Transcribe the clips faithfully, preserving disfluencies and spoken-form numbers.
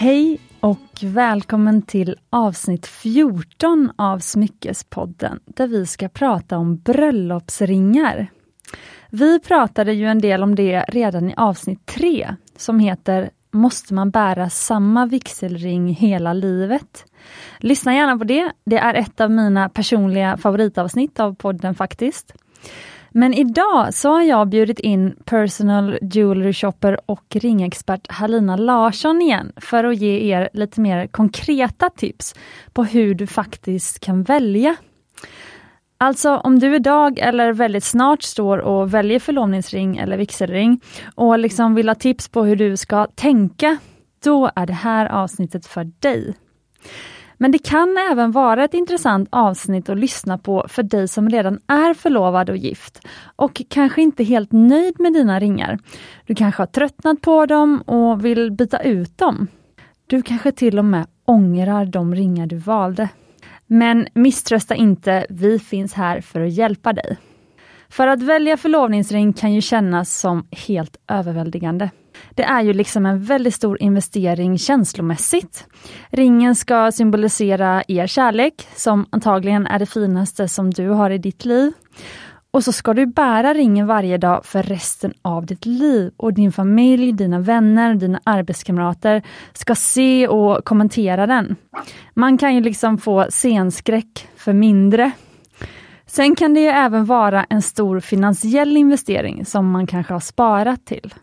Hej och välkommen till avsnitt fjorton av Smyckespodden där vi ska prata om bröllopsringar. Vi pratade ju en del om det redan i avsnitt tre som heter Måste man bära samma vigselring hela livet? Lyssna gärna på det. Det är ett av mina personliga favoritavsnitt av podden faktiskt. Men idag så har jag bjudit in personal jewelry shopper och ringexpert Halina Larsson igen för att ge er lite mer konkreta tips på hur du faktiskt kan välja. Alltså om du idag eller väldigt snart står och väljer förlovningsring eller vigselring och liksom vill ha tips på hur du ska tänka, då är det här avsnittet för dig. Men det kan även vara ett intressant avsnitt att lyssna på för dig som redan är förlovad och gift och kanske inte helt nöjd med dina ringar. Du kanske har tröttnat på dem och vill byta ut dem. Du kanske till och med ångrar de ringar du valde. Men misströsta inte, vi finns här för att hjälpa dig. För att välja förlovningsring kan ju kännas som helt överväldigande. Det är ju liksom en väldigt stor investering känslomässigt. Ringen ska symbolisera er kärlek, som antagligen är det finaste som du har i ditt liv. Och så ska du bära ringen varje dag för resten av ditt liv. Och din familj, dina vänner, dina arbetskamrater ska se och kommentera den. Man kan ju liksom få scenskräck för mindre. Sen kan det ju även vara en stor finansiell investering som man kanske har sparat till.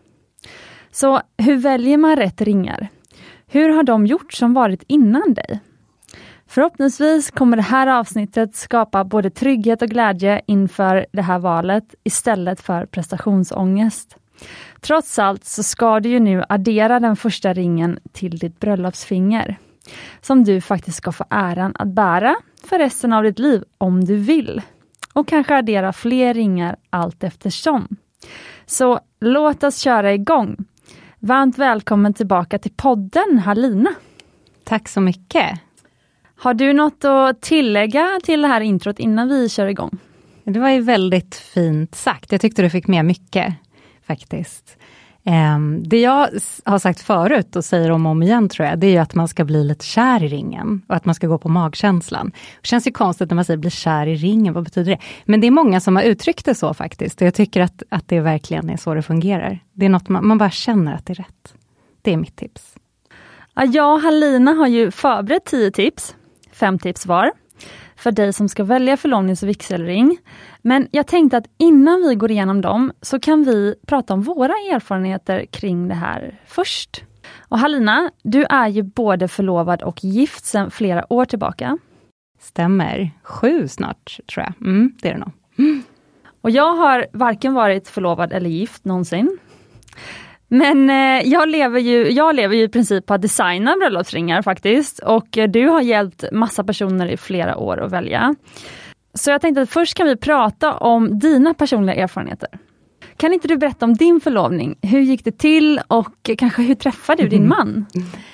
Så hur väljer man rätt ringar? Hur har de gjort som varit innan dig? Förhoppningsvis kommer det här avsnittet skapa både trygghet och glädje inför det här valet istället för prestationsångest. Trots allt så ska du ju nu addera den första ringen till ditt bröllopsfinger. Som du faktiskt ska få äran att bära för resten av ditt liv om du vill. Och kanske addera fler ringar allt eftersom. Så låt oss köra igång. Varmt välkommen tillbaka till podden, Halina. Tack så mycket. Har du något att tillägga till det här introt innan vi kör igång? Det var ju väldigt fint sagt. Jag tyckte du fick med mycket faktiskt. Um, det jag har sagt förut och säger om och om igen tror jag, det är ju att man ska bli lite kär i ringen och att man ska gå på magkänslan. Det känns ju konstigt när man säger bli kär i ringen, vad betyder det? Men det är många som har uttryckt det så faktiskt och jag tycker att, att det verkligen är så det fungerar. Det är något man, man bara känner att det är rätt. Det är mitt tips. Ja, jag och Halina har ju förberett tio tips, fem tips var, för dig som ska välja förlovnings- och vigselring. Men jag tänkte att innan vi går igenom dem så kan vi prata om våra erfarenheter kring det här först. Och Halina, du är ju både förlovad och gift sedan flera år tillbaka. Stämmer. Sju snart tror jag. Mm, det är det nog. Mm. Och jag har varken varit förlovad eller gift någonsin. Men eh, jag, lever ju, jag lever ju i princip på att designa bröllopsringar faktiskt. Och eh, du har hjälpt massa personer i flera år att välja. Så jag tänkte att först kan vi prata om dina personliga erfarenheter. Kan inte du berätta om din förlovning? Hur gick det till och kanske hur träffade du din man?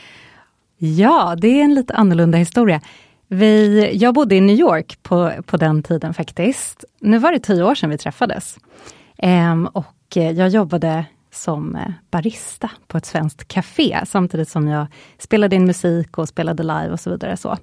Ja, det är en lite annorlunda historia. Vi, jag bodde i New York på, på den tiden faktiskt. Nu var det tio år sedan vi träffades. Ehm, och jag jobbade som barista på ett svenskt café samtidigt som jag spelade in musik och spelade live och så vidare. Så.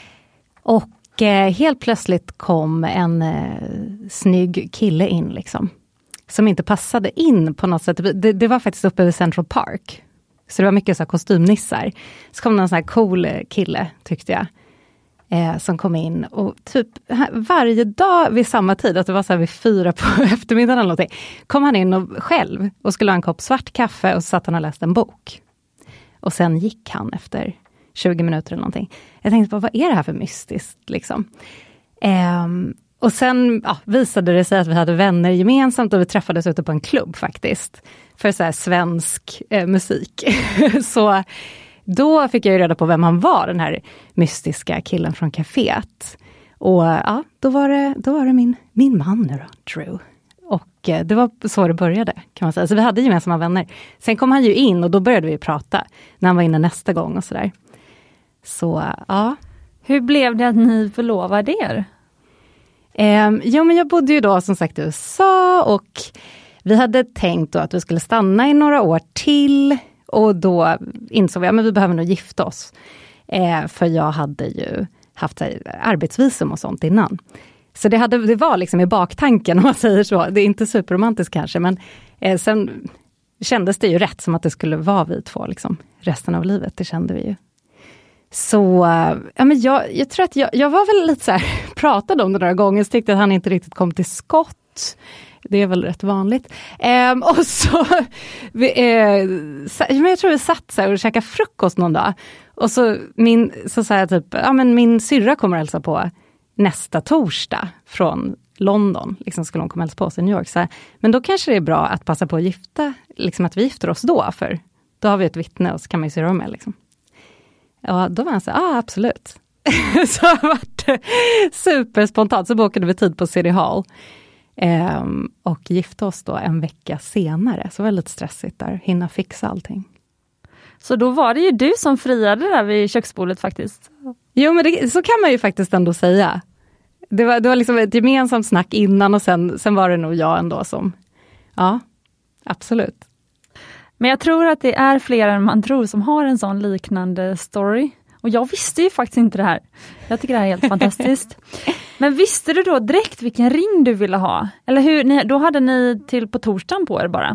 Och eh, helt plötsligt kom en eh, snygg kille in liksom. Som inte passade in på något sätt. Det, det var faktiskt uppe vid Central Park. Så det var mycket så här kostymnissar. Så kom någon sån här cool kille tyckte jag. Eh, som kom in och typ varje dag vid samma tid, att det var så här vid fyra på eftermiddagen eller någonting, kom han in och själv och skulle ha en kopp svart kaffe och så satt han och läste en bok. Och sen gick han efter tjugo minuter eller någonting. Jag tänkte på, vad är det här för mystiskt liksom? Eh, och sen ja, visade det sig att vi hade vänner gemensamt och vi träffades ute på en klubb faktiskt. För så här svensk eh, musik. så... Då fick jag ju reda på vem han var, den här mystiska killen från kaféet. Och ja, då var det, då var det min, min man nu då, Drew. Och eh, det var så det började kan man säga. Så vi hade gemensamma vänner. Sen kom han ju in och då började vi prata när han var inne nästa gång och sådär. Så ja. Hur blev det att ni förlovade er? Eh, ja men jag bodde ju då som sagt i U S A och vi hade tänkt då att vi skulle stanna i några år till. och då insåg vi att ja, vi behöver nog gifta oss. Eh, för jag hade ju haft här, arbetsvisum och sånt innan. Så det, hade, det var liksom i baktanken om man säger så. Det är inte superromantiskt kanske, men eh, sen kändes det ju rätt som att det skulle vara vi två liksom, resten av livet. Det kände vi ju. Så ja, men jag, jag tror att jag, jag var väl lite så här, pratade om det några gånger, så tyckte att han inte riktigt kom till skott. Det är väl rätt vanligt. Ehm, och så, vi, eh, så, men jag tror vi satt så här och käkade frukost någon dag. Och så, min, så sa jag typ, ja men min syrra kommer hälsa på nästa torsdag från London. Liksom skulle hon komma hälsa på oss i New York. Så här, men då kanske det är bra att passa på att gifta, liksom att vi gifter oss då, för då har vi ett vittne och så kan man ju se dem med liksom. Ja, då var han så ja ah, absolut. Så det var superspontant, så bokade vi tid på City Hall. Um, och gifte oss då en vecka senare, så var det lite stressigt där, hinna fixa allting. Så då var det ju du som friade där vid köksbordet faktiskt. Jo, men det, så kan man ju faktiskt ändå säga. Det var, det var liksom ett gemensamt snack innan och sen, sen var det nog jag ändå som, ja, absolut. Men jag tror att det är fler än man tror som har en sån liknande story. Och jag visste ju faktiskt inte det här. Jag tycker det här är helt fantastiskt. Men visste du då direkt vilken ring du ville ha? Eller hur? Ni, då hade ni till på torsdagen på er bara?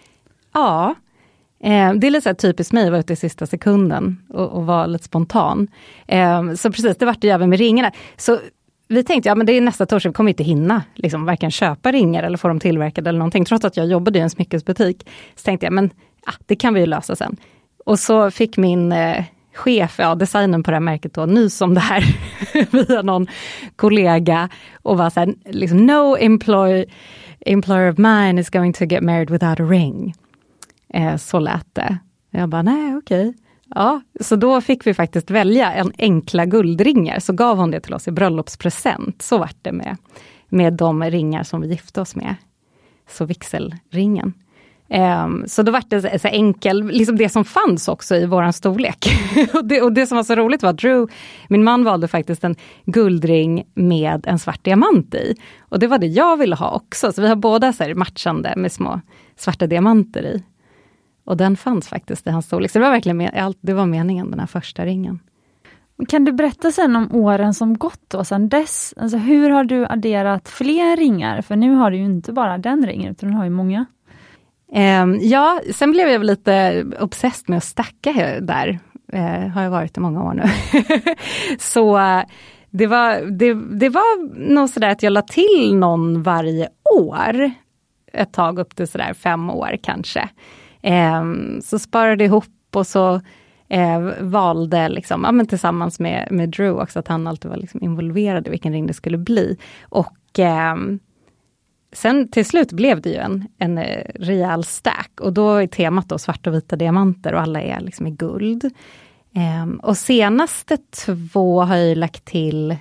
Ja, eh, det är lite så här typiskt mig att vara ute i sista sekunden och, och vara lite spontan. Eh, så precis, det var det även med ringarna. Så vi tänkte, ja men det är nästa torsdag, vi kommer inte hinna liksom, varken köpa ringar eller få dem tillverkade eller någonting. Trots att jag jobbade i en smyckesbutik så tänkte jag, men ah, det kan vi ju lösa sen. Och så fick min eh, chef, ja designen på det här märket då, nys om det här via någon kollega och var så här, liksom, no employee, employer of mine is going to get married without a ring. Eh, så lät det. Jag bara, nej okej. Okay. Ja, så då fick vi faktiskt välja en enkla guldringar, så gav hon det till oss i bröllopspresent. Så vart det med, med de ringar som vi gifte oss med. Så vigselringen. Um, så då var det så enkel, liksom det som fanns också i våran storlek. och, det, och det som var så roligt var att Drew, min man, valde faktiskt en guldring med en svart diamant i. Och det var det jag ville ha också. Så vi har båda så här matchande med små svarta diamanter i. Och den fanns faktiskt i hans storlek. Så det var verkligen med, det var meningen, den här första ringen. Kan du berätta sen om åren som gått då sedan dess? Alltså hur har du adderat fler ringar? För nu har du ju inte bara den ringen utan du har ju många. Um, ja, sen blev jag lite obsessed med att stacka där. Uh, har jag varit i många år nu. Så uh, det var, det, det var nog sådär att jag la till någon varje år. Ett tag upp till sådär fem år kanske. Um, så sparade ihop och så uh, valde liksom, ja, men tillsammans med, med Drew också, att han alltid var liksom involverad i vilken ring det skulle bli. Och um, sen till slut blev det ju en, en rejäl stack. Och då är temat då svarta och vita diamanter och alla är liksom i guld. Um, och senaste två har jag lagt till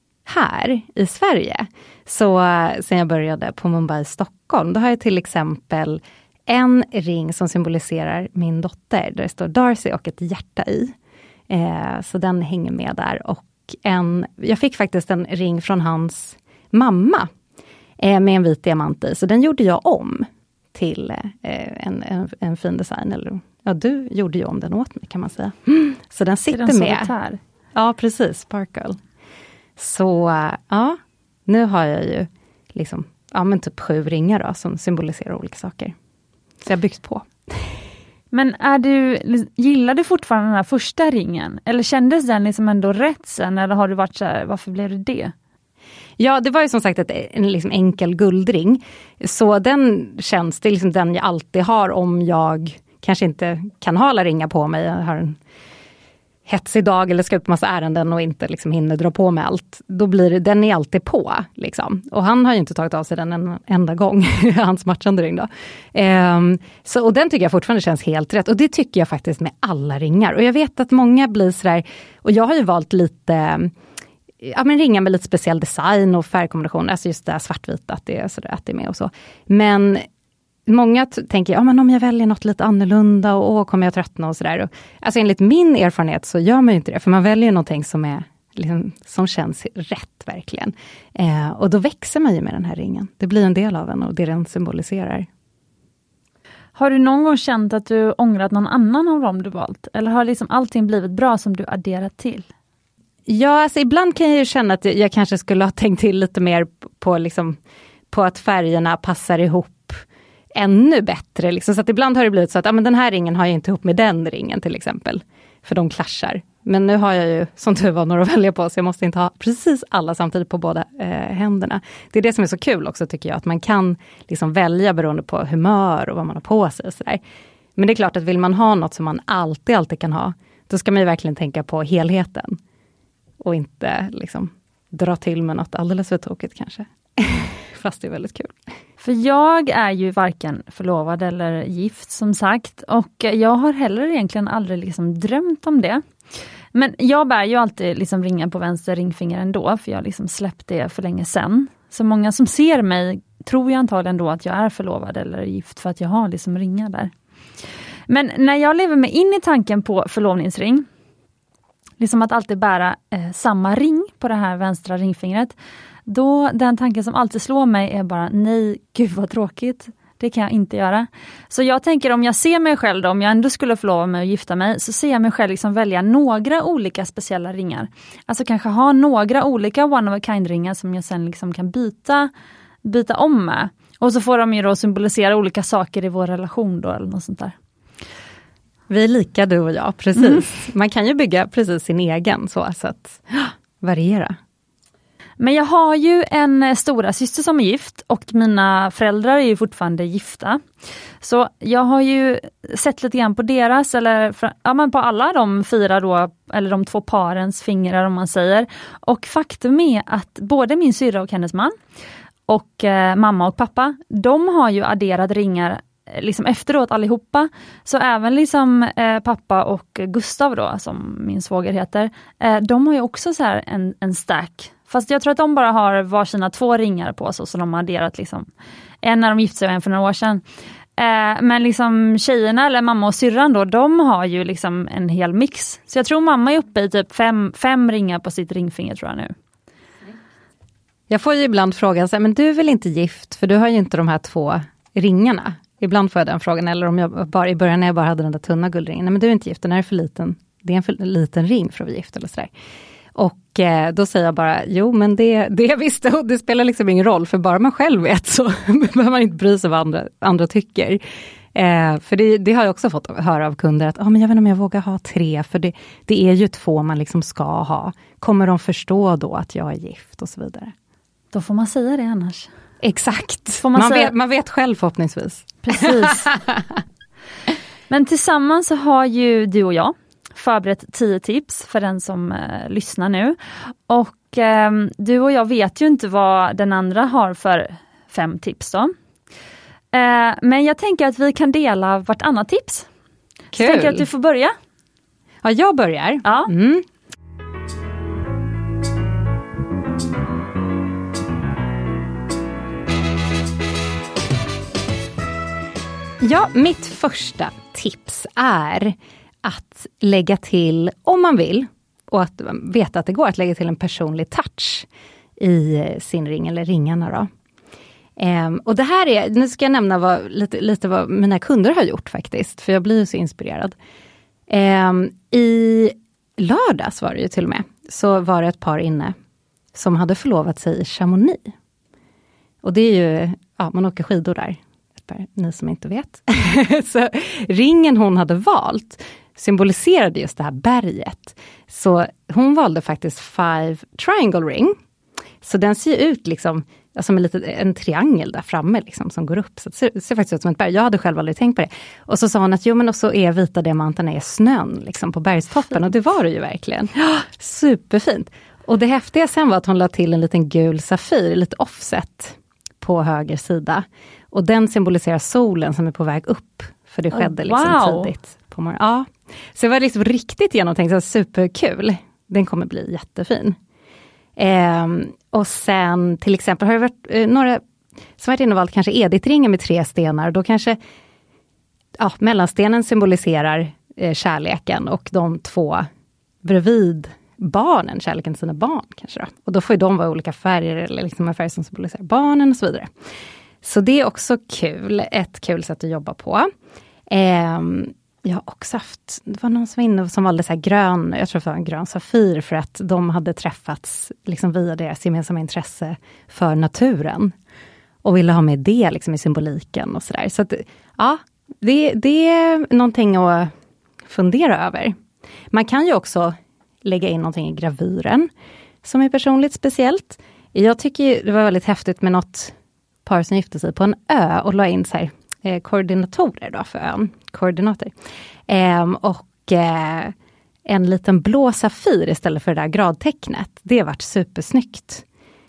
här i Sverige. Så sen jag började på Mumbai, Stockholm, då har jag till exempel en ring som symboliserar min dotter. Där det står Darcy och ett hjärta i. Uh, så den hänger med där. Och en, jag fick faktiskt en ring från hans mamma. Med en vit diamant i. Så den gjorde jag om till eh, en, en, en fin design. Eller, ja, du gjorde ju om den åt mig kan man säga. Mm. Så den sitter den med. Här. Ja, precis. Sparkle. Så ja, nu har jag ju liksom, ja men typ sju ringar då, som symboliserar olika saker. Så jag har byggt på. Men är du, gillar du fortfarande den här första ringen? Eller kändes den liksom ändå rätt sen? Eller har du varit så här, varför blev det det? Ja, det var ju som sagt ett, en liksom enkel guldring. Så den känns, det är liksom den jag alltid har om jag kanske inte kan ha alla ringar på mig. Jag har en hetsig dag eller ska ut på massa ärenden och inte liksom hinner dra på med allt. Då blir det, den är alltid på. Liksom. Och han har ju inte tagit av sig den en enda gång. Hans matchande ring då. Um, så, och den tycker jag fortfarande känns helt rätt. Och det tycker jag faktiskt med alla ringar. Och jag vet att många blir sådär, och jag har ju valt lite... Ja, men ringar med lite speciell design och färgkombination. Alltså just det här svartvita, att det är, så där, att det är med och så. Men många t- tänker, ja men om jag väljer något lite annorlunda och åh, kommer jag tröttna och sådär. Alltså enligt min erfarenhet så gör man ju inte det. För man väljer någonting som är liksom, som känns rätt verkligen. Eh, och då växer man ju med den här ringen. Det blir en del av den och det den symboliserar. Har du någon gång känt att du ångrat någon annan av dem du valt? Eller har liksom allting blivit bra som du adderat till? Ja, alltså ibland kan jag ju känna att jag kanske skulle ha tänkt till lite mer på, liksom, på att färgerna passar ihop ännu bättre. Liksom. Så att ibland har det blivit så att ah, men den här ringen har jag inte ihop med den ringen till exempel. För de klaschar. Men nu har jag ju som tur var några att välja på, så jag måste inte ha precis alla samtidigt på båda eh, händerna. Det är det som är så kul också tycker jag, att man kan liksom välja beroende på humör och vad man har på sig och sådär. Men det är klart att vill man ha något som man alltid, alltid kan ha, då ska man ju verkligen tänka på helheten. Och inte liksom dra till med något alldeles för tokigt kanske. Fast det är väldigt kul. För jag är ju varken förlovad eller gift som sagt. Och jag har heller egentligen aldrig liksom drömt om det. Men jag bär ju alltid liksom ringar på vänster ringfinger ändå. För jag liksom släppte det för länge sedan. Så många som ser mig tror jag antagligen då att jag är förlovad eller gift. För att jag har liksom ringar där. Men när jag lever mig in i tanken på förlovningsring. Liksom att alltid bära eh, samma ring på det här vänstra ringfingret. Då den tanken som alltid slår mig är bara nej, gud vad tråkigt. Det kan jag inte göra. Så jag tänker om jag ser mig själv då, om jag ändå skulle förlova mig och gifta mig, så ser jag mig själv liksom välja några olika speciella ringar. Alltså kanske ha några olika one of a kind ringar som jag sen liksom kan byta, byta om med. Och så får de ju då symbolisera olika saker i vår relation då eller något sånt där. Vi är lika du och jag, precis. Mm. Man kan ju bygga precis sin egen så, så att variera. Men jag har ju en stora syster som är gift och mina föräldrar är ju fortfarande gifta. Så jag har ju sett lite grann på deras, eller ja, men på alla de fyra då, eller de två parens fingrar om man säger. Och faktum är att både min syrra och hennes man och eh, mamma och pappa, de har ju adderat ringar liksom efteråt allihopa. Så även liksom eh, pappa och Gustav då, som min svåger heter, eh, de har ju också så här en, en stack. Fast jag tror att de bara har varsina två ringar på sig, så de har adderat liksom en när de gifte sig och en för några år sedan. Eh, men liksom tjejerna eller mamma och syrran då, de har ju liksom en hel mix. Så jag tror mamma är uppe i typ fem, fem ringar på sitt ringfinger tror jag nu. Jag får ju ibland frågan så här, men du är väl inte gift för du har ju inte de här två ringarna. Ibland får jag den frågan, eller om jag bara i början när jag bara hade den där tunna guldringen. Nej men du är inte gift, den är för liten. Det är en för liten ring för att vara gift eller sådär. Och eh, då säger jag bara, jo men det, det visste och det spelar liksom ingen roll. För bara man själv vet så behöver man inte bry sig vad andra, andra tycker. Eh, för det, det har jag också fått höra av kunder att ah, men jag vet inte om jag vågar ha tre. För det, det är ju två man liksom ska ha. Kommer de förstå då att jag är gift och så vidare? Då får man säga det annars. Exakt, får man, man, säga... vet, man vet själv förhoppningsvis. Precis. Men tillsammans så har ju du och jag förberett tio tips för den som eh, lyssnar nu. Och eh, du och jag vet ju inte vad den andra har för fem tips då. Eh, men jag tänker att vi kan dela vartannat tips. Kul. Så jag tänker att du får börja. Ja, jag börjar. Ja. Mm. Ja, mitt första tips är att lägga till, om man vill, och att veta att det går att lägga till en personlig touch i sin ring eller ringarna då. Ehm, och det här är, nu ska jag nämna vad, lite, lite vad mina kunder har gjort faktiskt, för jag blir så inspirerad. Ehm, I lördags var det ju till och med, så var det ett par inne som hade förlovat sig i Chamonix. Och det är ju, ja man åker skidor där. Ni som inte vet. Så ringen hon hade valt symboliserade just det här berget. Så hon valde faktiskt Five Triangle Ring. Så den ser ut liksom som en, liten, en triangel där framme liksom, som går upp. Så det ser, ser faktiskt ut som ett berg. Jag hade själv aldrig tänkt på det. Och så sa hon att jo men också är vita diamanterna är snön liksom, på bergstoppen. Och det var det ju verkligen. Superfint. Och det häftiga sen var att hon la till en liten gul safir, lite offset på höger sida. Och den symboliserar solen som är på väg upp. För det skedde oh, wow. liksom tidigt på morgonen. Ja. Så det var liksom riktigt genomtänkt. Så superkul. Den kommer bli jättefin. Ehm, och sen till exempel har det varit eh, några som varit inne och valt kanske editringar med tre stenar. Då kanske ja, mellanstenen symboliserar eh, kärleken. Och de två bredvid barnen, kärleken till sina barn kanske då. Och då får ju de vara olika färger eller liksom en färg som symboliserar barnen och så vidare. Så det är också kul, ett kul sätt att jobba på. Eh, jag har också haft, det var någon som var inne som valde så här grön, jag tror det var en grön safir för att de hade träffats liksom via deras gemensamma intresse för naturen. Och ville ha med det liksom i symboliken och sådär. Så att, ja, det, det är någonting att fundera över. Man kan ju också lägga in någonting i gravyren som är personligt speciellt. Jag tycker det var väldigt häftigt med något par som gifte sig på en ö och la in så här, eh, koordinatorer då för ön. Koordinater. Eh, och eh, en liten blå safir istället för det där gradtecknet. Det har varit supersnyggt.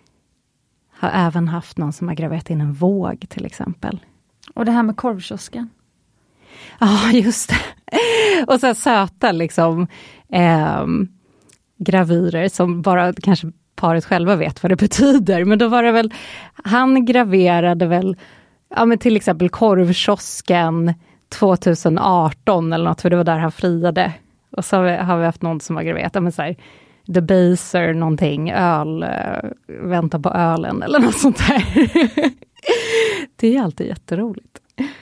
Har även haft någon som har graverat in en våg till exempel. Och det här med korvkiosken. Ja, ah, just det. Och så här söta liksom eh, gravyrer som bara kanske paret själva vet vad det betyder. Men då var det väl, han graverade väl, ja men till exempel korvkiosken tjugoarton eller något, för det var där han friade. Och så har vi, har vi haft någon som har graverat, ja men så här, The Baser någonting, öl, vänta på ölen eller något sånt där. Det är alltid jätteroligt.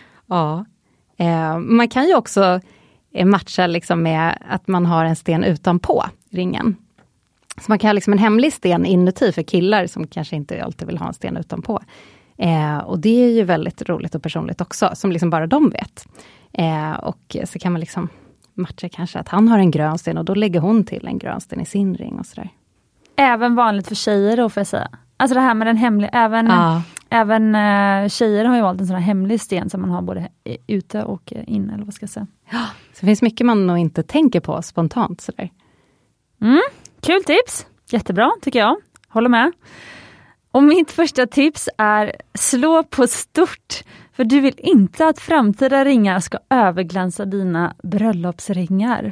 Ja. Eh, man kan ju också matcha liksom med att man har en sten utanpå ringen. Så man kan ha liksom en hemlig sten inuti för killar som kanske inte alltid vill ha en sten utanpå. Eh, och det är ju väldigt roligt och personligt också, som liksom bara de vet. Eh, och så kan man liksom matcha kanske att han har en grön sten och då lägger hon till en grön sten i sin ring och sådär. Även vanligt för tjejer då, får jag säga. Alltså det här med den hemliga, även, ja. även uh, tjejer har ju valt en sån här hemlig sten som man har både ute och inne, eller vad ska jag säga. Ja, så det finns mycket man nog inte tänker på spontant sådär. Mm, kul tips. Jättebra tycker jag. Håller med. Och mitt första tips är slå på stort. För du vill inte att framtida ringar ska överglänsa dina bröllopsringar.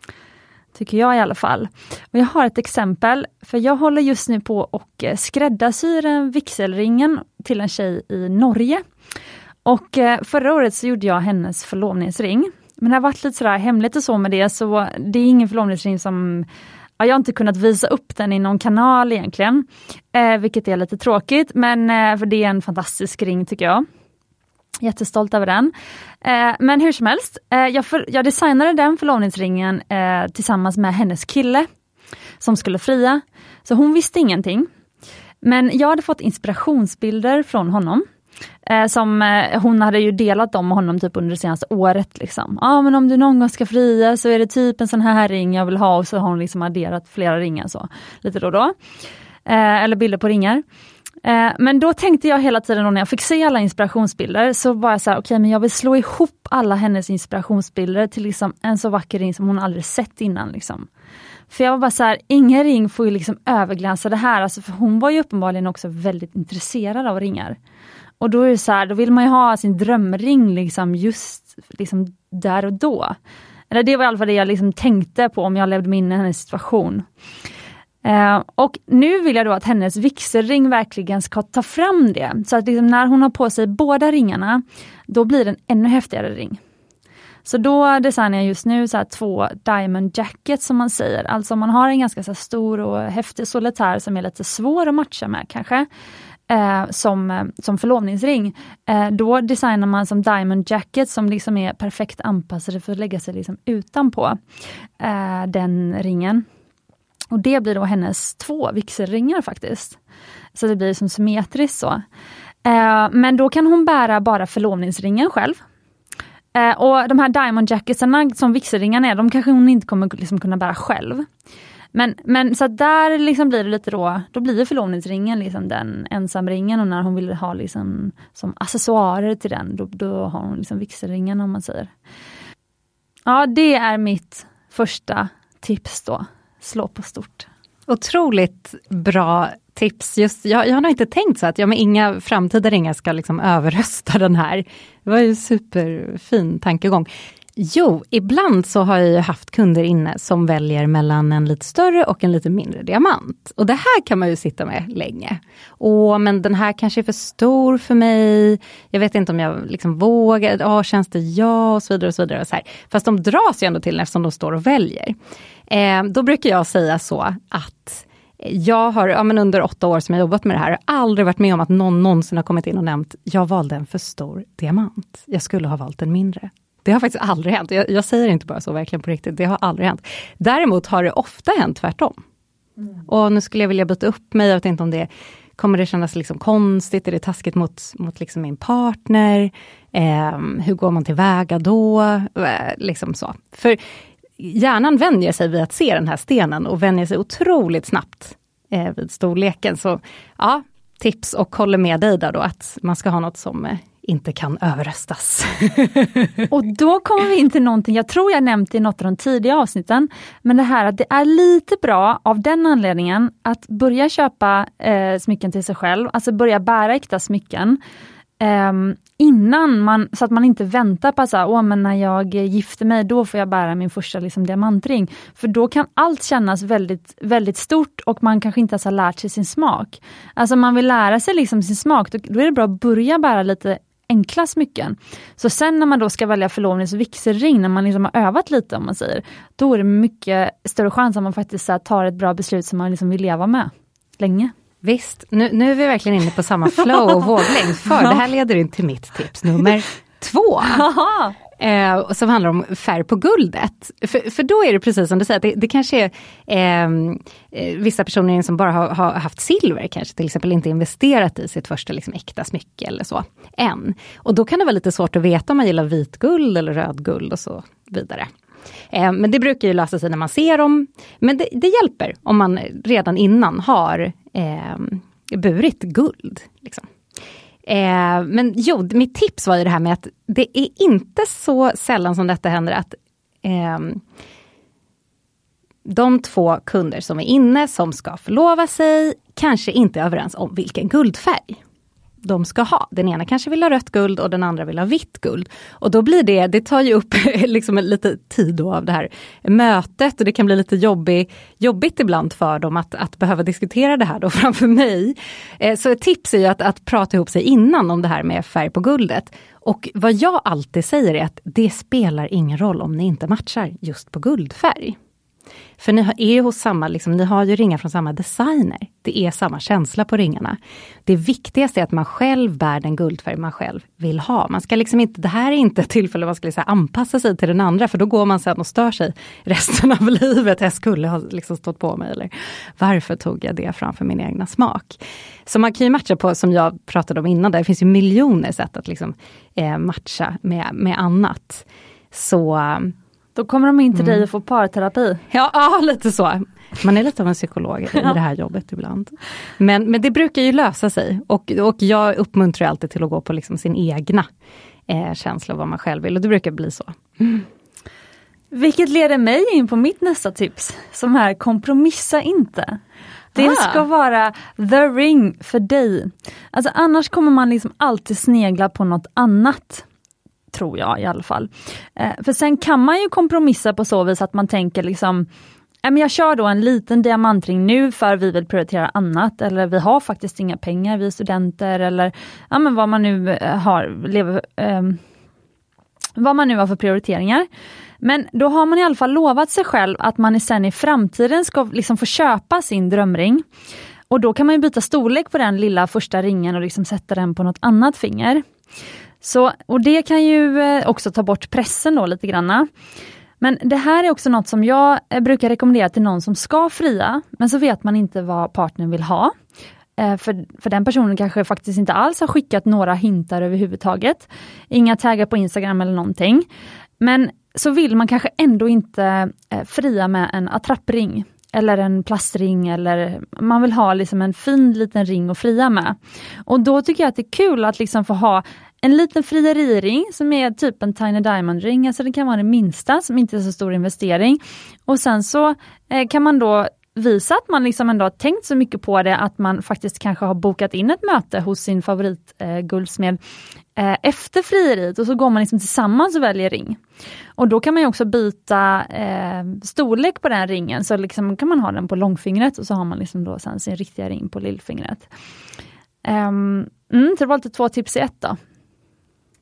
Tycker jag i alla fall. Och jag har ett exempel. För jag håller just nu på och skräddarsyr en vigselringen till en tjej i Norge. Och förra året så gjorde jag hennes förlovningsring. Men det har varit lite sådär hemligt och så med det. Så det är ingen förlovningsring som... Ja, jag har inte kunnat visa upp den i någon kanal egentligen. Eh, vilket är lite tråkigt. Men eh, för det är en fantastisk ring tycker jag. Jättestolt över den. Eh, men hur som helst. Eh, jag, för, jag designade den förlovningsringen eh, tillsammans med hennes kille. Som skulle fria. Så hon visste ingenting. Men jag hade fått inspirationsbilder från honom. Eh, som eh, hon hade ju delat dem med honom typ under det senaste året liksom. Ja ah, men om du någon gång ska fria så är det typ en sån här ring jag vill ha, och så har hon liksom adderat flera ringar så lite då och då. Eh, eller bilder på ringar. Eh, men då tänkte jag hela tiden då när jag fick se alla inspirationsbilder så var jag så här, okej okay, men jag vill slå ihop alla hennes inspirationsbilder till liksom en så vacker ring som hon aldrig sett innan liksom. För jag var bara så här, ingen ring får ju liksom överglänsa det här, alltså för hon var ju uppenbarligen också väldigt intresserad av ringar. Och då är det så här, då vill man ju ha sin drömring liksom just liksom där och då. Eller det var i alla fall det jag liksom tänkte på om jag levde mig in i hennes situation. Eh, och nu vill jag då att hennes vigselring verkligen ska ta fram det. Så att liksom när hon har på sig båda ringarna, då blir det en ännu häftigare ring. Så då designar jag just nu så här två diamond jackets som man säger. Alltså om man har en ganska så här stor och häftig solitär som är lite svår att matcha med kanske. Eh, som, som förlovningsring. Eh, då designar man som diamond jacket som liksom är perfekt anpassade för att lägga sig liksom utanpå eh, den ringen. Och det blir då hennes två vigselringar faktiskt. Så det blir som symmetriskt så. Eh, men då kan hon bära bara förlovningsringen själv. Eh, och de här diamond jacketsarna som vigselringarna är, de kanske hon inte kommer liksom kunna bära själv. Men, men så där liksom blir det lite då, då blir förlovningsringen liksom den ensamringen, och när hon vill ha liksom som accessoarer till den, då, då har hon liksom vigselringen om man säger. Ja, det är mitt första tips då. Slå på stort. Otroligt bra tips. Just, jag, jag har nog inte tänkt så att ja, men inga framtida ringar ska liksom överrösta den här. Det var ju superfin tankegång. Jo, ibland så har jag ju haft kunder inne som väljer mellan en lite större och en lite mindre diamant. Och det här kan man ju sitta med länge. Åh, men den här kanske är för stor för mig. Jag vet inte om jag liksom vågar. Ja, känns det ja? Och så vidare och så vidare. Och så här. Fast de dras ju ändå till eftersom de står och väljer. Eh, då brukar jag säga så att Jag har ja, men under åtta år som jag jobbat med det här aldrig varit med om att någon någonsin har kommit in och nämnt jag valde en för stor diamant. Jag skulle ha valt en mindre. Det har faktiskt aldrig hänt. Jag, jag säger inte bara så verkligen på riktigt. Det har aldrig hänt. Däremot har det ofta hänt tvärtom. Mm. Och nu skulle jag vilja byta upp mig. Jag vet inte om det kommer det kännas liksom konstigt. Är det taskigt mot, mot liksom min partner? Eh, hur går man tillväga då? Eh, liksom så. För hjärnan vänjer sig vid att se den här stenen. Och vänjer sig otroligt snabbt eh, vid storleken. Så ja, tips och håller med dig där då. Att man ska ha något som... Eh, inte kan överröstas. Och då kommer vi in till någonting, jag tror jag nämnt i något av de tidiga avsnitten, men det här att det är lite bra av den anledningen att börja köpa eh, smycken till sig själv, alltså börja bära äkta smycken eh, innan man, så att man inte väntar på att åh, men när jag gifter mig då får jag bära min första liksom, diamantring. För då kan allt kännas väldigt, väldigt stort och man kanske inte ens har lärt sig sin smak. Alltså man vill lära sig liksom sin smak, då, då är det bra att börja bära lite enkla smycken. Så sen när man då ska välja förlovnings- och vigselring, när man liksom har övat lite om man säger, då är det mycket större chans att man faktiskt så här, tar ett bra beslut som man liksom vill leva med länge. Visst, nu, nu är vi verkligen inne på samma flow och våglängd, för det här leder in till mitt tips nummer två. Eh, som handlar om färg på guldet. För, för då är det precis som du säger, det, det kanske är eh, vissa personer som bara har, har haft silver, kanske till exempel inte investerat i sitt första liksom, äkta smycke eller så, än. Och då kan det vara lite svårt att veta om man gillar vitguld eller rödguld och så vidare. Eh, men det brukar ju lösa sig när man ser dem. Men det, det hjälper om man redan innan har eh, burit guld, liksom. Eh, men jo, mitt tips var ju det här med att det är inte så sällan som detta händer att eh, de två kunder som är inne som ska förlova sig kanske inte är överens om vilken guldfärg de ska ha. Den ena kanske vill ha rött guld och den andra vill ha vitt guld. Och då blir det, det tar ju upp liksom lite tid då av det här mötet och det kan bli lite jobbig, jobbigt ibland för dem att, att behöva diskutera det här då framför mig. Eh, så ett tips är ju att, att prata ihop sig innan om det här med färg på guldet. Och vad jag alltid säger är att det spelar ingen roll om ni inte matchar just på guldfärg. För ni är ju hos samma, liksom, ni har ju ringar från samma designer. Det är samma känsla på ringarna. Det viktigaste är att man själv bär den guldfärg man själv vill ha. Man ska liksom inte, det här är inte ett tillfälle man ska liksom anpassa sig till den andra. För då går man sen och stör sig resten av livet. Jag skulle ha liksom stått på mig. Eller varför tog jag det framför min egna smak? Så man kan ju matcha på, som jag pratade om innan. Det finns ju miljoner sätt att liksom, eh, matcha med, med annat. Så... Då kommer de in till mm. dig och får parterapi. Ja, ja, lite så. Man är lite av en psykolog i det här jobbet ibland. Men, men det brukar ju lösa sig. Och, och jag uppmuntrar alltid till att gå på liksom sin egna eh, känsla av vad man själv vill. Och det brukar bli så. Mm. Vilket leder mig in på mitt nästa tips. Som är kompromissa inte. Det ah. ska vara the ring för dig. Alltså annars kommer man liksom alltid snegla på något annat. Tror jag i alla fall. Eh, för sen kan man ju kompromissa på så vis att man tänker liksom, ja, men jag kör då en liten diamantring nu för vi vill prioritera annat. Eller vi har faktiskt inga pengar, vi är studenter. Eller ja, men vad man nu har, lever, eh, vad man nu har för prioriteringar. Men då har man i alla fall lovat sig själv att man sen i framtiden ska liksom få köpa sin drömring. Och då kan man ju byta storlek på den lilla första ringen och liksom sätta den på något annat finger. Så, och det kan ju också ta bort pressen då lite granna. Men det här är också något som jag brukar rekommendera till någon som ska fria. Men så vet man inte vad partnern vill ha. För, för den personen kanske faktiskt inte alls har skickat några hintar överhuvudtaget. Inga taggar på Instagram eller någonting. Men så vill man kanske ändå inte fria med en attrappring. Eller en plastring, eller man vill ha liksom en fin liten ring att fria med. Och då tycker jag att det är kul att liksom få ha en liten frieriring som är typ en Tiny Diamond ring. Alltså det kan vara det minsta som inte är så stor investering. Och sen så eh, kan man då visa att man liksom ändå har tänkt så mycket på det att man faktiskt kanske har bokat in ett möte hos sin favorit eh, guldsmed eh, efter frieriet. Och så går man liksom tillsammans och väljer ring. Och då kan man ju också byta eh, storlek på den ringen. Så liksom kan man ha den på långfingret och så har man liksom då sen sin riktiga ring på lillfingret. Um, mm, så det var lite två tips i ett då.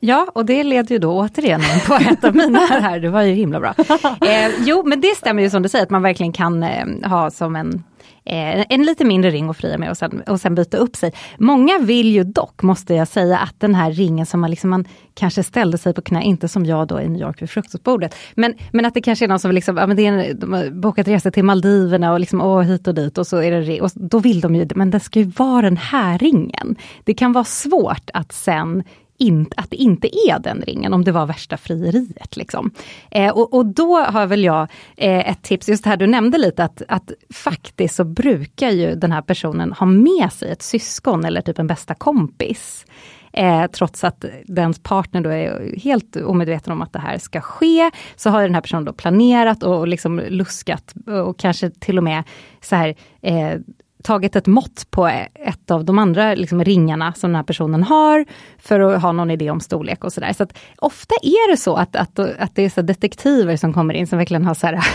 Ja, och det leder ju då återigen på ett av mina här. Det var ju himla bra. Eh, jo, men det stämmer ju som du säger att man verkligen kan eh, ha som en, eh, en lite mindre ring att fria med och sen, och sen byta upp sig. Många vill ju dock, måste jag säga, att den här ringen som man, liksom, man kanske ställde sig på knä, inte som jag då i New York vid frukostbordet, men, men att det kanske är någon som liksom, ja, men det är en, de har bokat resa till Maldiverna och liksom, åh, hit och dit och så är det, och då vill de ju, men det ska ju vara den här ringen. Det kan vara svårt att sen In, att det inte är den ringen om det var värsta frieriet. Liksom. Eh, och, och då har väl jag eh, ett tips, just här du nämnde lite att, att faktiskt så brukar ju den här personen ha med sig ett syskon eller typ en bästa kompis. Eh, trots att dens partner då är helt omedveten om att det här ska ske, så har den här personen då planerat och, och liksom luskat och kanske till och med så här eh, tagit ett mått på ett av de andra liksom, ringarna som den här personen har för att ha någon idé om storlek och sådär. Så att ofta är det så att, att, att det är så detektiver som kommer in som verkligen har så här,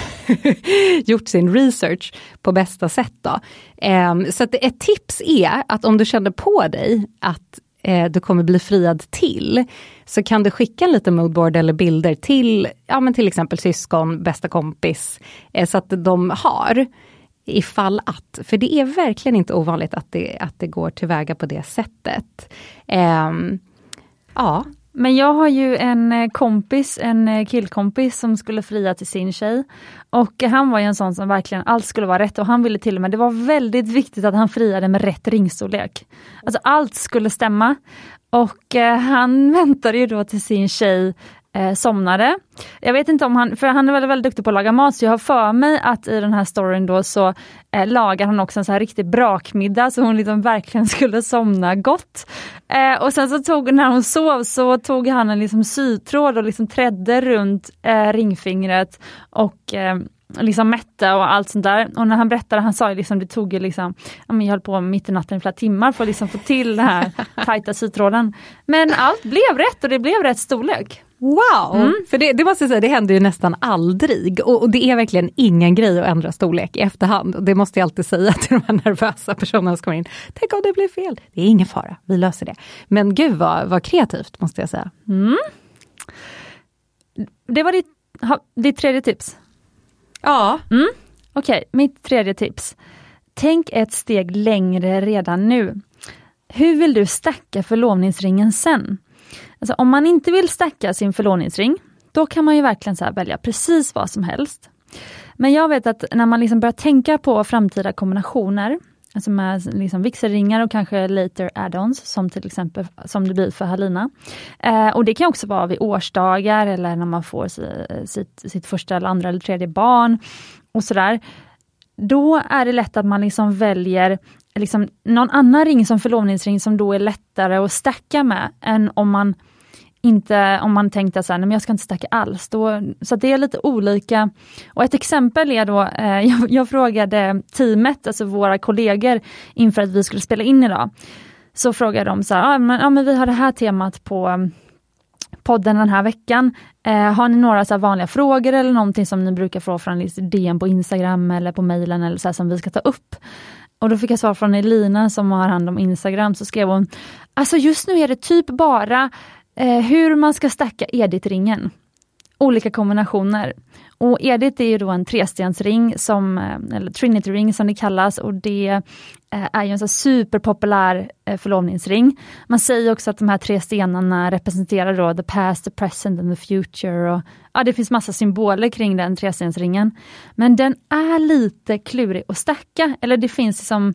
gjort sin research på bästa sätt. Då. Um, så att ett tips är att om du känner på dig att eh, du kommer bli friad till, så kan du skicka en liten moodboard eller bilder till, ja, men till exempel syskon, bästa kompis, eh, så att de har ifall att, för det är verkligen inte ovanligt att det, att det går tillväga på det sättet. Um, ja. Men jag har ju en kompis, en killkompis som skulle fria till sin tjej. Och han var ju en sån som verkligen allt skulle vara rätt. Och han ville till och med, det var väldigt viktigt att han friade med rätt ringstorlek. Alltså allt skulle stämma. Och eh, han väntade ju då till sin tjej Eh, somnade. Jag vet inte om han, för han är väldigt, väldigt duktig på att laga mat, så jag har för mig att i den här storyn då så eh, lagar han också en så här riktig brakmiddag så hon liksom verkligen skulle somna gott. Eh, och sen så tog, när hon sov så tog han en liksom sytråd och liksom trädde runt eh, ringfingret och eh, liksom mätta och allt sånt där. Och när han berättade, han sa ju liksom, det tog ju liksom, ja, men jag höll på mitt i natten i flera timmar för att liksom få till den här tajta sytråden. Men allt blev rätt och det blev rätt storlek. Wow! Mm. För det, det måste jag säga, det händer ju nästan aldrig. Och, och det är verkligen ingen grej att ändra storlek i efterhand. Och det måste jag alltid säga till de här nervösa personerna som kommer in. Tänk om det blir fel. Det är ingen fara, vi löser det. Men gud vad, vad kreativt, måste jag säga. Mm. Det var ditt, ha, ditt tredje tips. Ja. Mm. Okej, okay, mitt tredje tips. Tänk ett steg längre redan nu. Hur vill du stacka förlovningsringen sen? Alltså, om man inte vill stacka sin förlovningsring, då kan man ju verkligen så här välja precis vad som helst. Men jag vet att när man liksom börjar tänka på framtida kombinationer, alltså med liksom vigselringar och kanske later add-ons, som till exempel som det blir för Halina. Eh, och det kan också vara vid årsdagar eller när man får sitt, sitt första eller andra eller tredje barn och sådär. Då är det lätt att man liksom väljer liksom någon annan ring som förlovningsring som då är lättare att stacka med än om man inte, om man tänkte så här, nej men jag ska inte stacka alls. Då, så det är lite olika. Och ett exempel är då, eh, jag, jag frågade teamet, alltså våra kollegor inför att vi skulle spela in idag. Så frågade de så här, ah, men, ah, men vi har det här temat på podden den här veckan. Eh, har ni några så här vanliga frågor eller någonting som ni brukar få från D M på Instagram eller på mejlen eller så här, som vi ska ta upp? Och då fick jag svar från Elina som har hand om Instagram, så skrev hon, alltså just nu är det typ bara eh, hur man ska stacka Edith-ringen. Olika kombinationer. Och Edith är ju då en trestensring, som, eller Trinity ring som det kallas, och det eh, är ju en så superpopulär eh, förlovningsring. Man säger också att de här tre stenarna representerar då the past, the present and the future. Och, ja, det finns massa symboler kring den trestensringen. Men den är lite klurig att stacka. Eller det finns liksom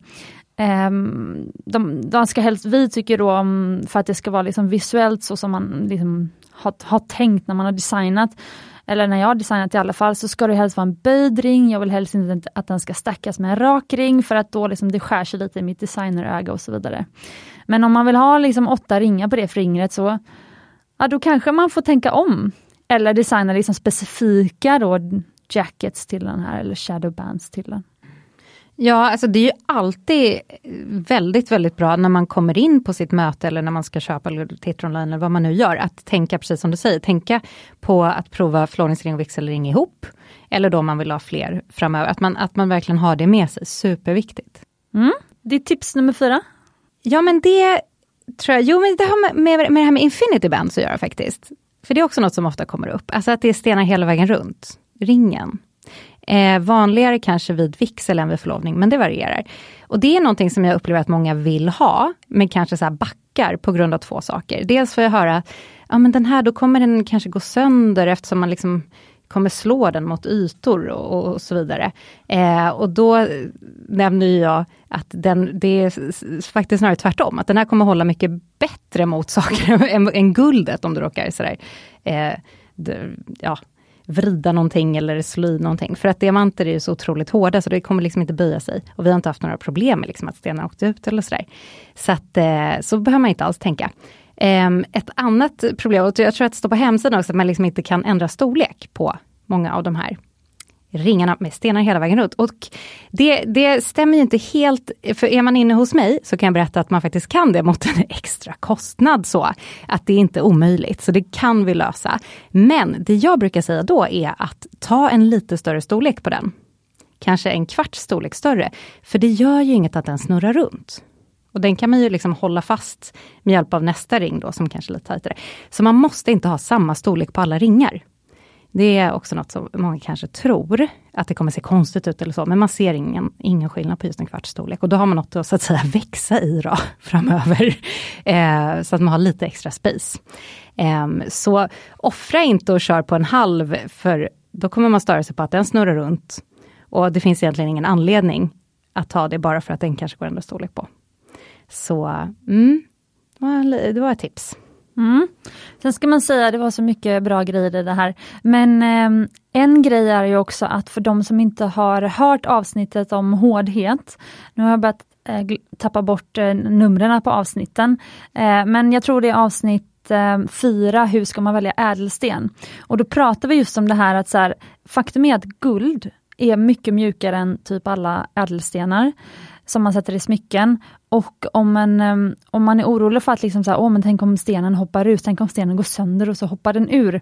Um, de, de ska helst, vi tycker då om, för att det ska vara liksom visuellt så som man liksom har, har tänkt när man har designat, eller när jag har designat i alla fall, så ska det helst vara en böjd ring. Jag vill helst inte att den ska stackas med en rak ring, för att då liksom det skär sig lite i mitt designeröga och så vidare. Men om man vill ha liksom åtta ringar på det fingret, så ja, då kanske man får tänka om, eller designa liksom specifika då jackets till den här, eller shadow bands till den. Ja, alltså det är ju alltid väldigt, väldigt bra när man kommer in på sitt möte eller när man ska köpa eller titta online eller vad man nu gör, att tänka precis som du säger, tänka på att prova förlovningsring och vigselring ihop, eller då man vill ha fler framöver, att man, att man verkligen har det med sig, superviktigt. Mm. Det är tips nummer fyra. Ja, men det tror jag, jo men det har med, med, med det här med infinity bands att göra faktiskt. För det är också något som ofta kommer upp. Alltså att det är stenar hela vägen runt ringen. Eh, vanligare kanske vid vigsel än vid förlovning, men det varierar. Och det är någonting som jag upplever att många vill ha, men kanske så här backar på grund av två saker. Dels får jag höra, ja men den här, då kommer den kanske gå sönder eftersom man liksom kommer slå den mot ytor och, och så vidare. Eh, och då nämner jag att den, det är faktiskt snarare tvärtom. Att den här kommer hålla mycket bättre mot saker än, än guldet om du råkar sådär, eh, det, ja, vrida någonting eller slå i någonting. För att diamanter är ju så otroligt hårda så det kommer liksom inte böja sig. Och vi har inte haft några problem med liksom att stenen åkt ut eller sådär. Så att eh, så behöver man inte alls tänka. Um, ett annat problem, och jag tror att det står på hemsidan också, att man liksom inte kan ändra storlek på många av de här ringarna med stenar hela vägen runt. Och det, det stämmer ju inte helt, för är man inne hos mig så kan jag berätta att man faktiskt kan det mot en extra kostnad, så att det är inte omöjligt, så det kan vi lösa. Men det jag brukar säga då är att ta en lite större storlek på den. Kanske en kvarts storlek större, för det gör ju inget att den snurrar runt. Och den kan man ju liksom hålla fast med hjälp av nästa ring då, som kanske är lite tajtare. Så man måste inte ha samma storlek på alla ringar. Det är också något som många kanske tror, att det kommer se konstigt ut eller så. Men man ser ingen, ingen skillnad på just en kvarts storlek. Och då har man något att, så att säga, växa i då, framöver. Eh, så att man har lite extra space. Eh, så offra inte och kör på en halv, för då kommer man störa sig på att den snurrar runt. Och det finns egentligen ingen anledning att ta det bara för att den kanske går ändå storlek på. Så mm, det var ett tips. Mm. Sen ska man säga att det var så mycket bra grejer i det här. Men eh, en grej är ju också att för de som inte har hört avsnittet om hårdhet. Nu har jag börjat eh, tappa bort eh, numren på avsnitten. Eh, men jag tror det är avsnitt eh, fyra, hur ska man välja ädelsten? Och då pratar vi just om det här att så här, faktum är att guld är mycket mjukare än typ alla ädelstenar som man sätter i smycken. Och om man, om man är orolig för att liksom så här, åh, men tänk om stenen hoppar ut, tänk om stenen går sönder och så hoppar den ur.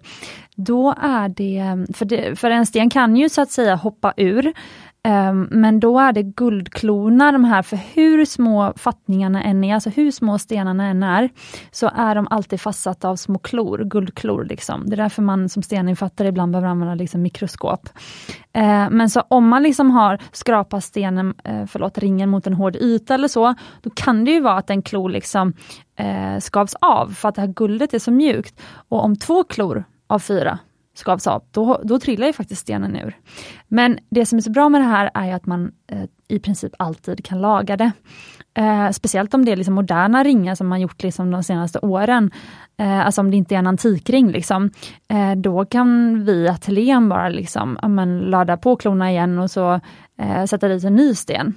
Då är det, för, det, för en sten kan ju så att säga hoppa ur. Um, men då är det guldklorna, de här, för hur små fattningarna än är, alltså hur små stenarna än är, så är de alltid fastsatta av små klor, guldklor liksom. Det är därför man som steninfattare ibland behöver använda liksom mikroskop. Uh, men så om man liksom har skrapat stenen, uh, förlåt, ringen mot en hård yta eller så, då kan det ju vara att en klor liksom uh, skavs av för att det här guldet är så mjukt. Och om två klor av fyra skavs av, då, då trillar ju faktiskt stenen ur. Men det som är så bra med det här är ju att man eh, i princip alltid kan laga det. Eh, speciellt om det är liksom moderna ringar som man gjort liksom de senaste åren. Eh, alltså om det inte är en antikring liksom. Eh, då kan vi i ateljén bara liksom, ja, men, lada på klorna igen och så eh, sätta dit en ny sten.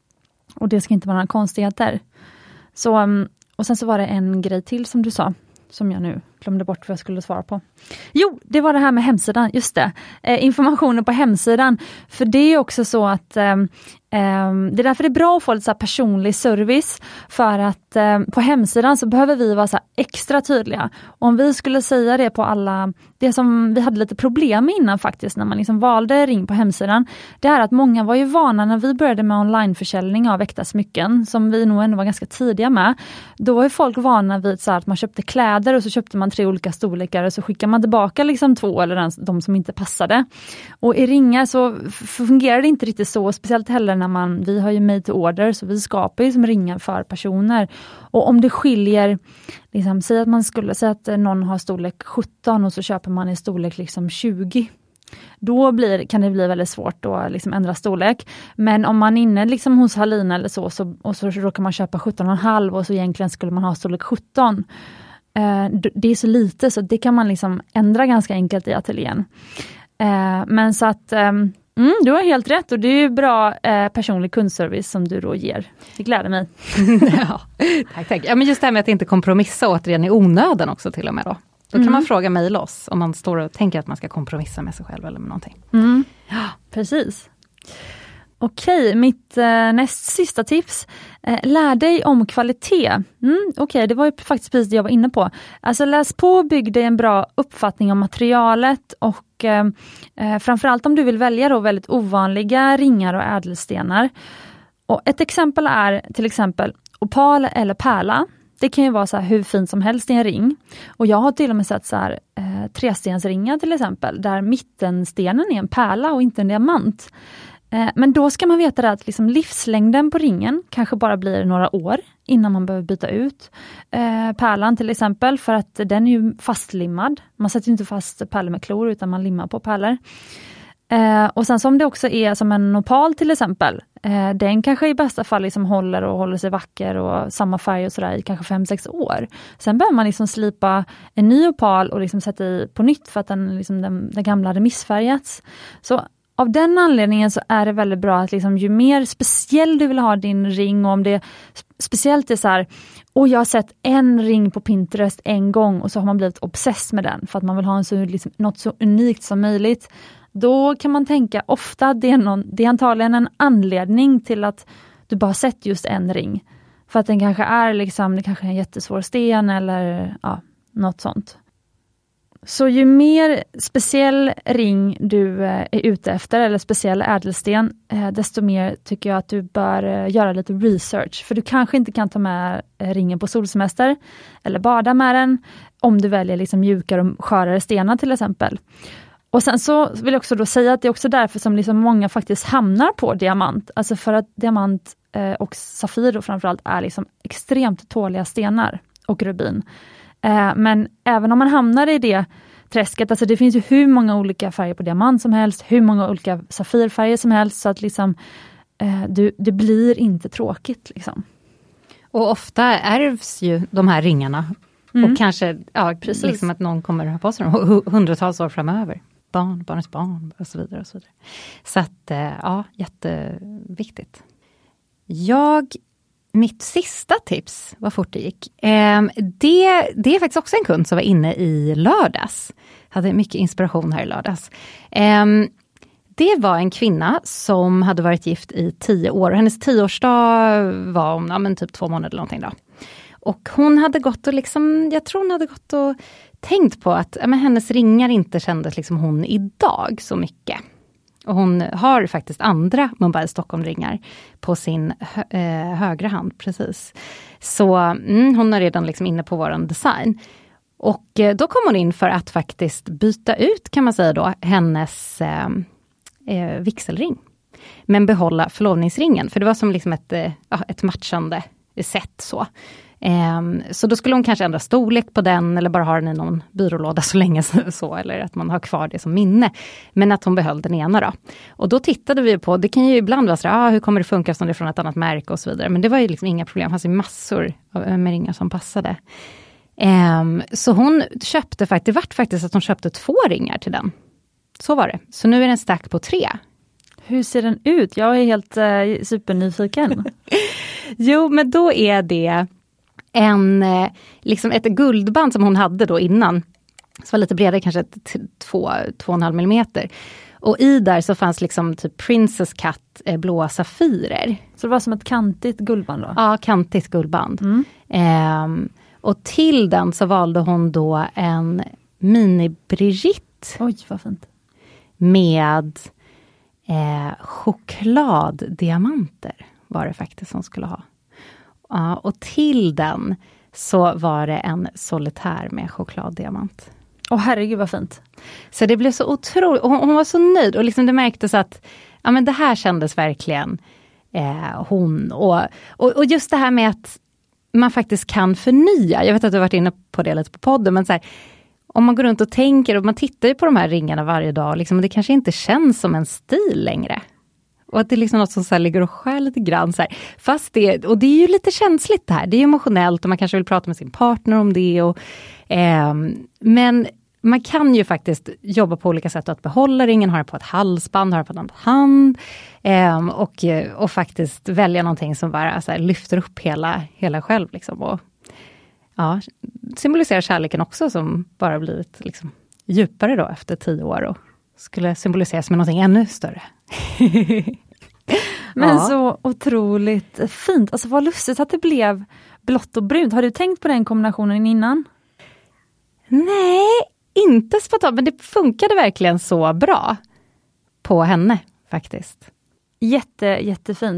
Och det ska inte vara några konstigheter. Så, och sen så var det en grej till som du sa, som jag nu glömde bort vad jag skulle svara på. Jo, det var det här med hemsidan, just det. Eh, informationen på hemsidan. För det är också så att eh, eh, det är därför det är bra att få lite så här personlig service. För att eh, på hemsidan så behöver vi vara så här extra tydliga. Om vi skulle säga det på alla, det som vi hade lite problem med innan faktiskt, när man liksom valde ring på hemsidan, det är att många var ju vana när vi började med onlineförsäljning av äkta smycken, som vi nog ändå var ganska tidiga med. Då var ju folk vana vid så här att man köpte kläder och så köpte man tre olika storlekar och så skickar man tillbaka liksom två eller ens de som inte passade. Och i ringar så fungerar det inte riktigt så, speciellt heller när man, vi har ju made to order, så vi skapar ju som ringar för personer. Och om det skiljer, liksom, säg att man skulle säga att någon har storlek sjutton och så köper man i storlek liksom tjugo. Då blir, kan det bli väldigt svårt att liksom ändra storlek. Men om man är inne liksom hos Halina eller så, så och så råkar man köpa sjutton komma fem och så egentligen skulle man ha storlek sjutton. Det är så lite så det kan man liksom ändra ganska enkelt i ateljén. Men så att mm, du har helt rätt, och det är ju bra personlig kundservice som du då ger. Det gläder mig. Ja, tack, tack. Ja, men just det här med att inte kompromissa återigen i onödan också till och med då. Då kan mm. man fråga mig loss om man står och tänker att man ska kompromissa med sig själv eller med någonting. Mm. Ja, precis. Okej, mitt eh, näst sista tips. Eh, lär dig om kvalitet. Mm, Okej, det var ju faktiskt precis det jag var inne på. Alltså läs på och bygg dig en bra uppfattning om materialet. Och eh, framförallt om du vill välja då väldigt ovanliga ringar och ädelstenar. Och ett exempel är till exempel opal eller pärla. Det kan ju vara så här hur fint som helst i en ring. Och jag har till och med sett så här eh, trestensringar till exempel, där mittenstenen är en pärla och inte en diamant. Eh, men då ska man veta att liksom livslängden på ringen kanske bara blir några år innan man behöver byta ut eh, pärlan till exempel, för att den är ju fastlimmad. Man sätter ju inte fast pärlor med klor utan man limmar på pärlor. Eh, och sen som det också är som en opal till exempel, eh, den kanske i bästa fall liksom håller och håller sig vacker och samma färg och sådär i kanske fem sex år. Sen behöver man liksom slipa en ny opal och liksom sätta i på nytt för att den, liksom den, den gamla hade missfärgats. Så av den anledningen så är det väldigt bra att liksom, ju mer speciell du vill ha din ring, och om det speciellt är så här, och jag har sett en ring på Pinterest en gång och så har man blivit obsess med den för att man vill ha en så, liksom, något så unikt som möjligt. Då kan man tänka ofta att det är, någon, det är antagligen en anledning till att du bara sett just en ring. För att den kanske är liksom, det kanske är en jättesvår sten eller ja, något sånt. Så ju mer speciell ring du är ute efter, eller speciell ädelsten, desto mer tycker jag att du bör göra lite research. För du kanske inte kan ta med ringen på solsemester eller bada med den om du väljer liksom mjukare och skörare stenar till exempel. Och sen så vill jag också då säga att det är också därför som liksom många faktiskt hamnar på diamant. Alltså för att diamant eh, och safir då framförallt är liksom extremt tåliga stenar, och rubin. Eh, men även om man hamnar i det träsket, alltså det finns ju hur många olika färger på diamant som helst, hur många olika safirfärger som helst, så att liksom eh, du, det blir inte tråkigt liksom. Och ofta ärvs ju de här ringarna. Mm. Och kanske ja, precis. Liksom att någon kommer att ha på sig dem hundratals år framöver. Barn, barnens barn och så vidare. Och så vidare. Så att, ja, jätteviktigt. Jag, mitt sista tips, vad fort det gick. Eh, det, det är faktiskt också en kund som var inne i lördags. Hade mycket inspiration här i lördags. Eh, det var en kvinna som hade varit gift i tio år. Hennes tioårsdag var om ja, men typ två månader eller någonting då. Och hon hade gått och liksom, jag tror hon hade gått och tänkt på att ja, men hennes ringar inte kändes liksom hon idag så mycket. Och hon har faktiskt andra Mumbai Stockholm-ringar på sin hö, eh, högra hand, precis. Så mm, hon är redan liksom inne på våran design. Och eh, då kom hon in för att faktiskt byta ut, kan man säga då, hennes eh, eh, vigselring. Men behålla förlovningsringen, för det var som liksom ett, eh, ett matchande sätt så. Um, så då skulle hon kanske ändra storlek på den eller bara ha den i någon byrålåda så länge så, eller att man har kvar det som minne. Men att hon behöll den ena då. Och då tittade vi på, det kan ju ibland vara så ah, hur kommer det funka som det är från ett annat märke och så vidare. Men det var ju liksom inga problem, det fanns ju massor med ringar som passade. Um, så hon köpte faktiskt, det vart faktiskt att hon köpte två ringar till den. Så var det. Så nu är den stack på tre. Hur ser den ut? Jag är helt uh, supernyfiken. Jo, men då är det en, liksom ett guldband som hon hade då innan. Så var lite bredare, kanske t- två, två och en halv millimeter. Och i där så fanns liksom typ Princess Cut eh, blåa safirer. Så det var som ett kantigt guldband då? Ja, kantigt guldband. Mm. Ehm, och till den så valde hon då en mini Brigitte. Oj, vad fint. Med eh, chokladdiamanter var det faktiskt som skulle ha. Ja, och till den så var det en solitär med chokladdiamant. Åh herregud vad fint. Så det blev så otroligt, hon, hon var så nöjd och liksom det märktes att ja, men det här kändes verkligen eh, hon. Och, och, och just det här med att man faktiskt kan förnya. Jag vet att du har varit inne på det lite på podden, men så här, om man går runt och tänker och man tittar ju på de här ringarna varje dag, liksom, det kanske inte känns som en stil längre. Och att det är liksom något som så här ligger och skär lite grann. Så här. Fast det, och det är ju lite känsligt det här. Det är emotionellt och man kanske vill prata med sin partner om det. Och, eh, men man kan ju faktiskt jobba på olika sätt att behålla ringen. Ha den på ett halsband, ha den på en annan hand. Eh, och, och faktiskt välja någonting som bara så här, lyfter upp hela, hela själv. Liksom, och ja, symboliserar kärleken också som bara blivit liksom, djupare då efter tio år. Och skulle symboliseras med någonting ännu större. Men ja. Så otroligt fint. Alltså vad lustigt att det blev blått och brunt. Har du tänkt på den kombinationen innan? Nej, inte spontant. Men det funkade verkligen så bra på henne faktiskt. Jätte, jättefint.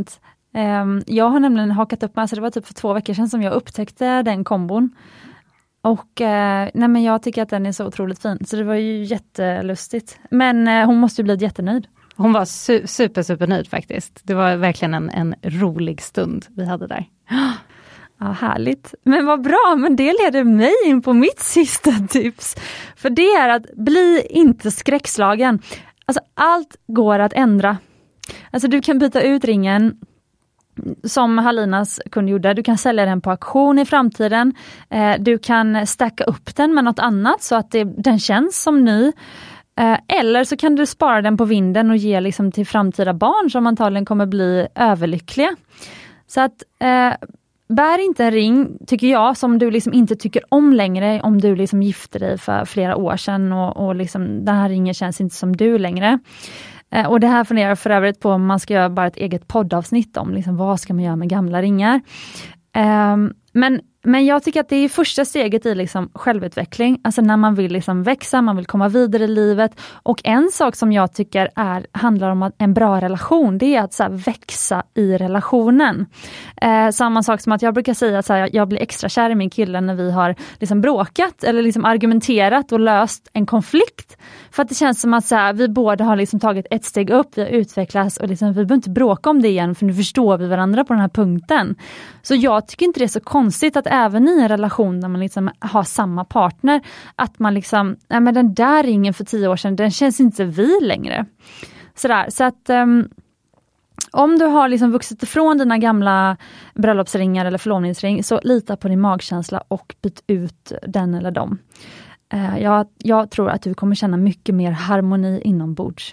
Um, jag har nämligen hakat upp mig, alltså det var typ för två veckor sedan som jag upptäckte den kombon. Och eh, nej men jag tycker att den är så otroligt fin, så det var ju jättelustigt. Men eh, hon måste ju bli jättenöjd. Hon var su- super, super nöjd faktiskt. Det var verkligen en, en rolig stund vi hade där. Ja, härligt. Men vad bra, men det leder mig in på mitt sista tips. För det är att bli inte skräckslagen. Alltså allt går att ändra. Alltså du kan byta ut ringen som Halinas kund gjorde. Du kan sälja den på auktion i framtiden. Eh, du kan stacka upp den med något annat så att det, den känns som ny. Eh, eller så kan du spara den på vinden och ge liksom till framtida barn som antagligen kommer bli överlyckliga. Så att eh, bär inte en ring, tycker jag, som du liksom inte tycker om längre om du liksom gifte dig för flera år sedan och, och liksom, den här ringen känns inte som du längre. Eh, och det här funderar för övrigt på om man ska göra bara ett eget poddavsnitt om liksom, vad ska man göra med gamla ringar. Eh, men, men jag tycker att det är första steget i liksom självutveckling, alltså när man vill liksom växa, man vill komma vidare i livet. Och en sak som jag tycker är, handlar om en bra relation, det är att så här, växa i relationen. Eh, samma sak som att jag brukar säga att så här, jag blir extra kär i min kille när vi har liksom bråkat eller liksom argumenterat och löst en konflikt. För att det känns som att så här, vi båda har liksom tagit ett steg upp, vi har utvecklats och liksom, vi behöver inte bråka om det igen för nu förstår vi varandra på den här punkten. Så jag tycker inte det är så konstigt att även i en relation där man liksom har samma partner, att man liksom, nej men den där ringen för tio år sedan, den känns inte vi längre. Sådär, så att um, om du har liksom vuxit ifrån dina gamla bröllopsringar eller förlovningsring, så lita på din magkänsla och byt ut den eller dem. Uh, jag, jag tror att du kommer känna mycket mer harmoni inombords.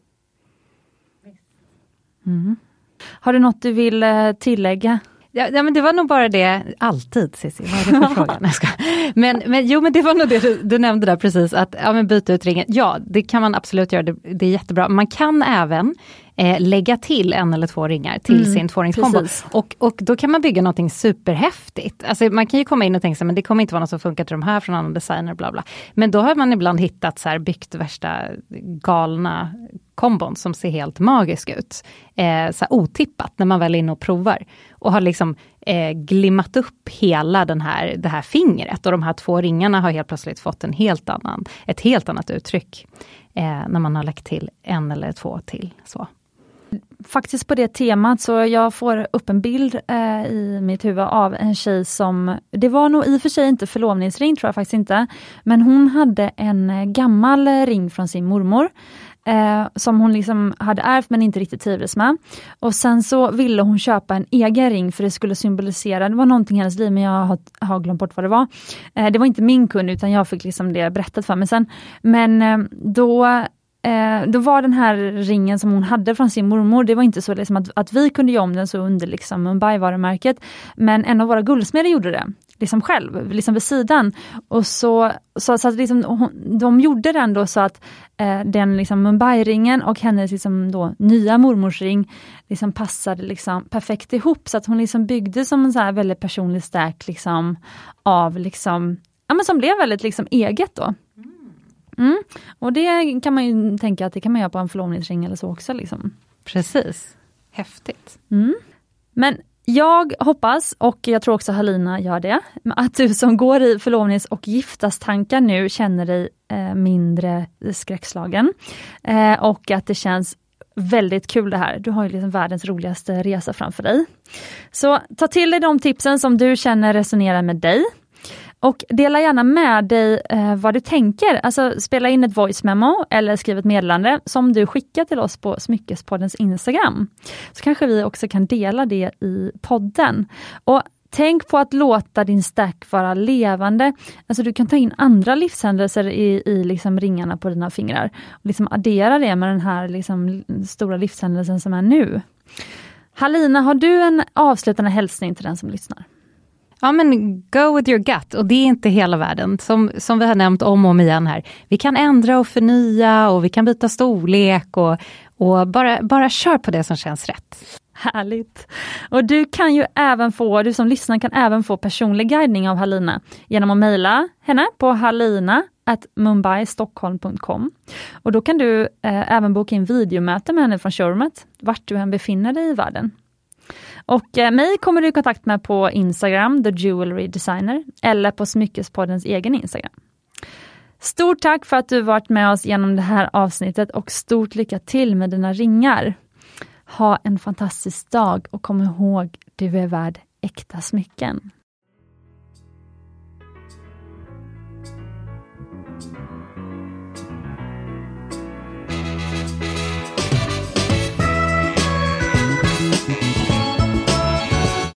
Mm. Har du något du vill uh, tillägga? Ja, ja, men det var nog bara det, alltid Cissi, vad är det för fråga? Nej, ska. Men, men jo, men det var nog det du, du nämnde där precis, att ja, men byta ut ringen. Ja, det kan man absolut göra, det, det är jättebra. Man kan även eh, lägga till en eller två ringar till mm, sin tvåringskombo. Och, och då kan man bygga någonting superhäftigt. Alltså man kan ju komma in och tänka sig, men det kommer inte vara något som funkar till de här från annan designer, bla bla. Men då har man ibland hittat så här, byggt värsta galna kombon som ser helt magisk ut. Eh, så här otippat när man väl är inne och provar. Och har liksom eh, glimmat upp hela den här, det här fingret. Och de här två ringarna har helt plötsligt fått en helt annan, ett helt annat uttryck. Eh, när man har lagt till en eller två till. Så. Faktiskt på det temat så jag får upp en bild eh, i mitt huvud av en tjej som, det var nog i och för sig inte förlovningsring, tror jag faktiskt inte. Men hon hade en gammal ring från sin mormor. Eh, som hon liksom hade ärvt men inte riktigt trivdes med. Och sen så ville hon köpa en egen ring för det skulle symbolisera, det var någonting i hennes liv men jag har, har glömt bort vad det var. Eh, det var inte min kund utan jag fick liksom det berättat för mig sen. Men eh, då Eh, då var den här ringen som hon hade från sin mormor, det var inte så liksom att, att vi kunde göra om den så under liksom Mumbai-varumärket, men en av våra guldsmeder gjorde det liksom själv, liksom vid sidan. Och så, så, så att liksom, de gjorde den då så att eh, den liksom Mumbai-ringen och hennes liksom då nya mormorsring liksom passade liksom perfekt ihop, så att hon liksom byggde som en så här väldigt personlig stack liksom av liksom, ja men som blev väldigt liksom eget då. Mm. Och det kan man ju tänka att det kan man göra på en förlovningsring eller så också. Liksom. Precis. Häftigt. Mm. Men jag hoppas, och jag tror också Halina gör det, att du som går i förlovnings- och giftastankar nu känner dig eh, mindre skräckslagen. Eh, och att det känns väldigt kul det här. Du har ju liksom världens roligaste resa framför dig. Så ta till dig de tipsen som du känner resonerar med dig. Och dela gärna med dig eh, vad du tänker. Alltså spela in ett voice memo eller skriv ett meddelande som du skickar till oss på Smyckespoddens Instagram. Så kanske vi också kan dela det i podden. Och tänk på att låta din stack vara levande. Alltså du kan ta in andra livshändelser i, i liksom ringarna på dina fingrar. Och liksom addera det med den här liksom stora livshändelsen som är nu. Halina, har du en avslutande hälsning till den som lyssnar? Ja, men go with your gut, och det är inte hela världen. Som, som vi har nämnt om och om igen här. Vi kan ändra och förnya och vi kan byta storlek och, och bara, bara kör på det som känns rätt. Härligt. Och du kan ju även få, du som lyssnar kan även få personlig guidning av Halina genom att mejla henne på halina at mumbai stockholm punkt com. Och då kan du eh, även boka in videomöte med henne från showroomet, vart du än befinner dig i världen. Och eh, mig kommer du i kontakt med på Instagram, The Jewelry Designer, eller på Smyckespoddens egen Instagram. Stort tack för att du varit med oss genom det här avsnittet och stort lycka till med dina ringar. Ha en fantastisk dag och kom ihåg, du är värd äkta smycken.